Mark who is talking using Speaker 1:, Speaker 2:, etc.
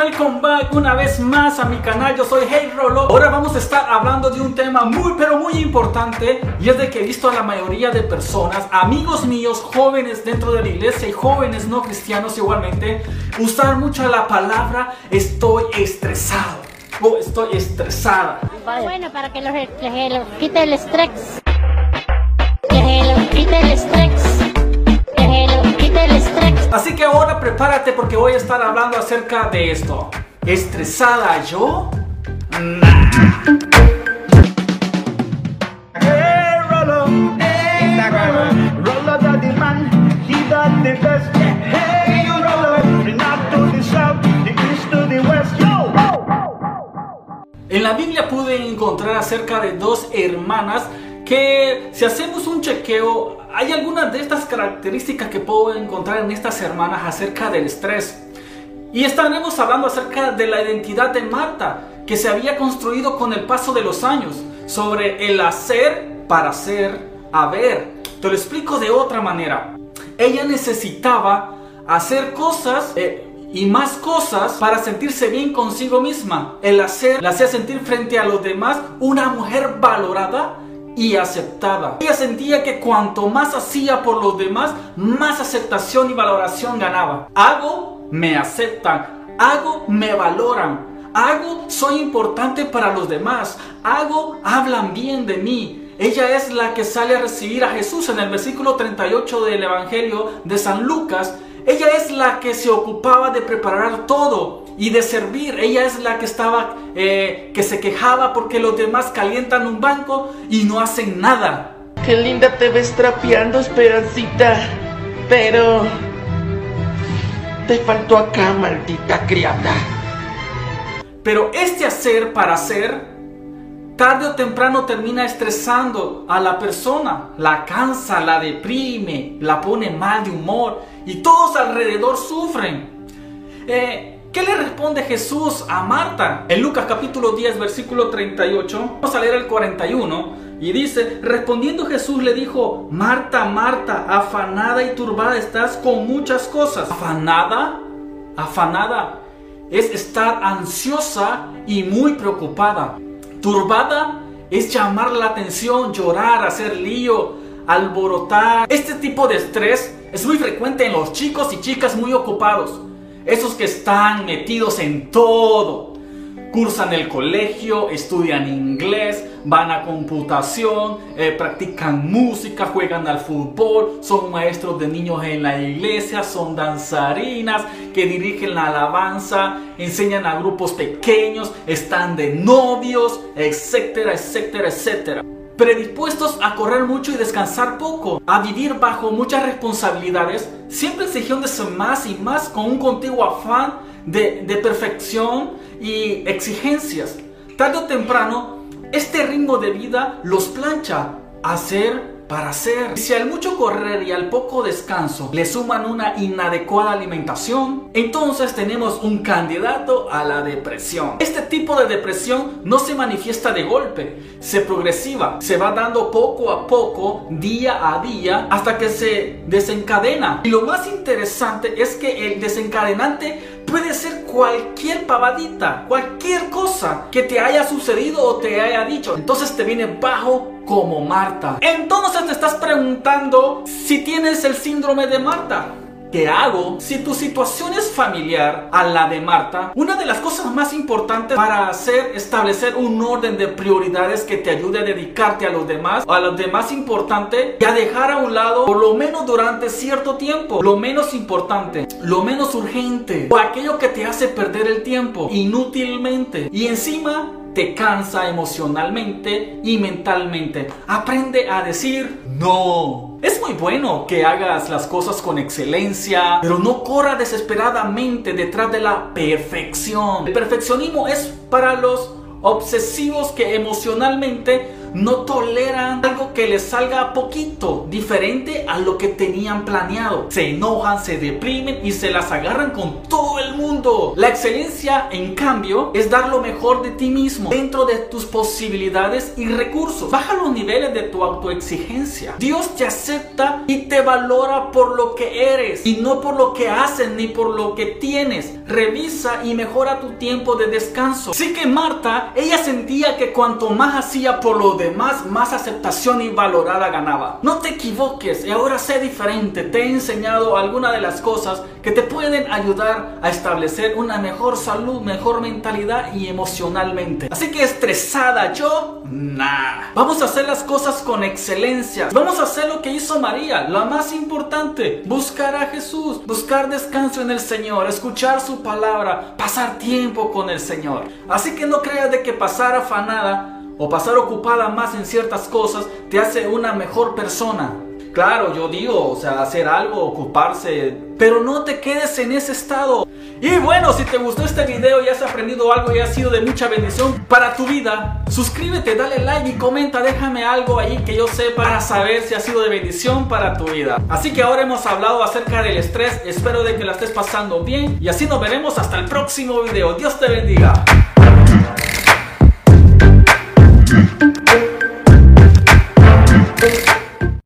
Speaker 1: welcome back una vez más a mi canal. Yo soy Hey Rolo. Ahora vamos a estar hablando de un tema muy importante, y es de que he visto a la mayoría de personas, amigos míos, jóvenes dentro de la iglesia y jóvenes no cristianos igualmente, usar mucho la palabra estoy estresado o estoy estresada.
Speaker 2: Bueno, para que los quite el estrés. Que los quite el estrés. Que los quite el estrés.
Speaker 1: Así que ahora prepárate porque voy a estar hablando acerca de esto. ¿Estresada yo? Nah.
Speaker 3: Hey Rolo, Instagram, Rolo the man, he done the best. Hey Rolo, the north to the south, the east to the west, yo.
Speaker 1: En la Biblia pude encontrar acerca de dos hermanas que, si hacemos un chequeo, hay algunas de estas características que puedo encontrar en estas hermanas acerca del estrés. Y estaremos hablando acerca de la identidad de Marta, que se había construido con el paso de los años, sobre el hacer para hacer haber. Te lo explico de otra manera. Ella necesitaba hacer cosas y más cosas para sentirse bien consigo misma. El hacer la hacía sentir frente a los demás una mujer valorada y aceptada. Ella sentía que cuanto más hacía por los demás, más aceptación y valoración ganaba. Hago, me aceptan. Hago, me valoran. Hago, soy importante para los demás. Hago, hablan bien de mí. Ella es la que sale a recibir a Jesús en el versículo 38 del Evangelio de San Lucas. Ella es la que se ocupaba de preparar todo y de servir. Ella es la que estaba, que se quejaba porque los demás calientan un banco y no hacen nada.
Speaker 4: Qué linda te ves trapeando, Esperancita. Pero te faltó acá, maldita criada.
Speaker 1: Pero este hacer para hacer, tarde o temprano termina estresando a la persona. La cansa, la deprime, la pone mal de humor y todos alrededor sufren. ¿Qué le responde Jesús a Marta? En Lucas capítulo 10 versículo 38, vamos a leer el 41 y dice: respondiendo Jesús le dijo: Marta, Marta, afanada y turbada estás con muchas cosas. Afanada es estar ansiosa y muy preocupada. Turbada es llamar la atención, llorar, hacer lío, alborotar. Este tipo de estrés es muy frecuente en los chicos y chicas muy ocupados. Esos que están metidos en todo. Cursan el colegio, estudian inglés, van a computación, practican música, juegan al fútbol, son maestros de niños en la iglesia, son danzarinas que dirigen la alabanza, enseñan a grupos pequeños, están de novios, etcétera, etcétera, etcétera. Predispuestos a correr mucho y descansar poco, a vivir bajo muchas responsabilidades, siempre exigiéndose más y más con un continuo afán de perfección y exigencias. Tarde o temprano, este ritmo de vida los plancha a hacer para hacer. Si al mucho correr y al poco descanso le suman una inadecuada alimentación, entonces tenemos un candidato a la depresión. Este tipo de depresión no se manifiesta de golpe, se progresiva, se va dando poco a poco, día a día, hasta que se desencadena. Y lo más interesante es que el desencadenante puede ser cualquier pavadita, cualquier cosa que te haya sucedido o te haya dicho. Entonces te viene bajo como Marta. Entonces te estás preguntando si tienes el síndrome de Marta. ¿Qué hago si tu situación es familiar a la de Marta? Una de las cosas más importantes para establecer un orden de prioridades que te ayude a dedicarte a los demás importante, y a dejar a un lado, por lo menos durante cierto tiempo, lo menos importante, lo menos urgente, o aquello que te hace perder el tiempo inútilmente y encima te cansa emocionalmente y mentalmente. Aprende a decir no. Es muy bueno que hagas las cosas con excelencia, pero no corra desesperadamente detrás de la perfección. El perfeccionismo es para los obsesivos que emocionalmente no toleran algo que les salga poquito diferente a lo que tenían planeado. Se enojan, se deprimen y se las agarran con todo el mundo. La excelencia, en cambio, es dar lo mejor de ti mismo dentro de tus posibilidades y recursos. Baja los niveles de tu autoexigencia. Dios te acepta y te valora por lo que eres y no por lo que haces ni por lo que tienes. Revisa y mejora tu tiempo de descanso. Así que Marta, ella sentía que cuanto más hacía por los demás, más aceptación y valorada ganaba. No te equivoques y ahora sé diferente. Te he enseñado algunas de las cosas que te pueden ayudar a establecer una mejor salud, mejor mentalidad y emocionalmente. Así que estresada yo, nah. Vamos a hacer las cosas con excelencia. Vamos a hacer lo que hizo María, lo más importante: buscar a Jesús, buscar descanso en el Señor, escuchar su palabra, pasar tiempo con el Señor. Así que no creas de que pasar afanada o pasar ocupada más en ciertas cosas te hace una mejor persona. Claro, yo digo, o sea, hacer algo, ocuparse, pero no te quedes en ese estado. Y bueno, si te gustó este video y has aprendido algo y ha sido de mucha bendición para tu vida, suscríbete, dale like y comenta, déjame algo ahí que yo sepa para saber si ha sido de bendición para tu vida. Así que ahora hemos hablado acerca del estrés, espero de que la estés pasando bien y así nos veremos hasta el próximo video. Dios te bendiga.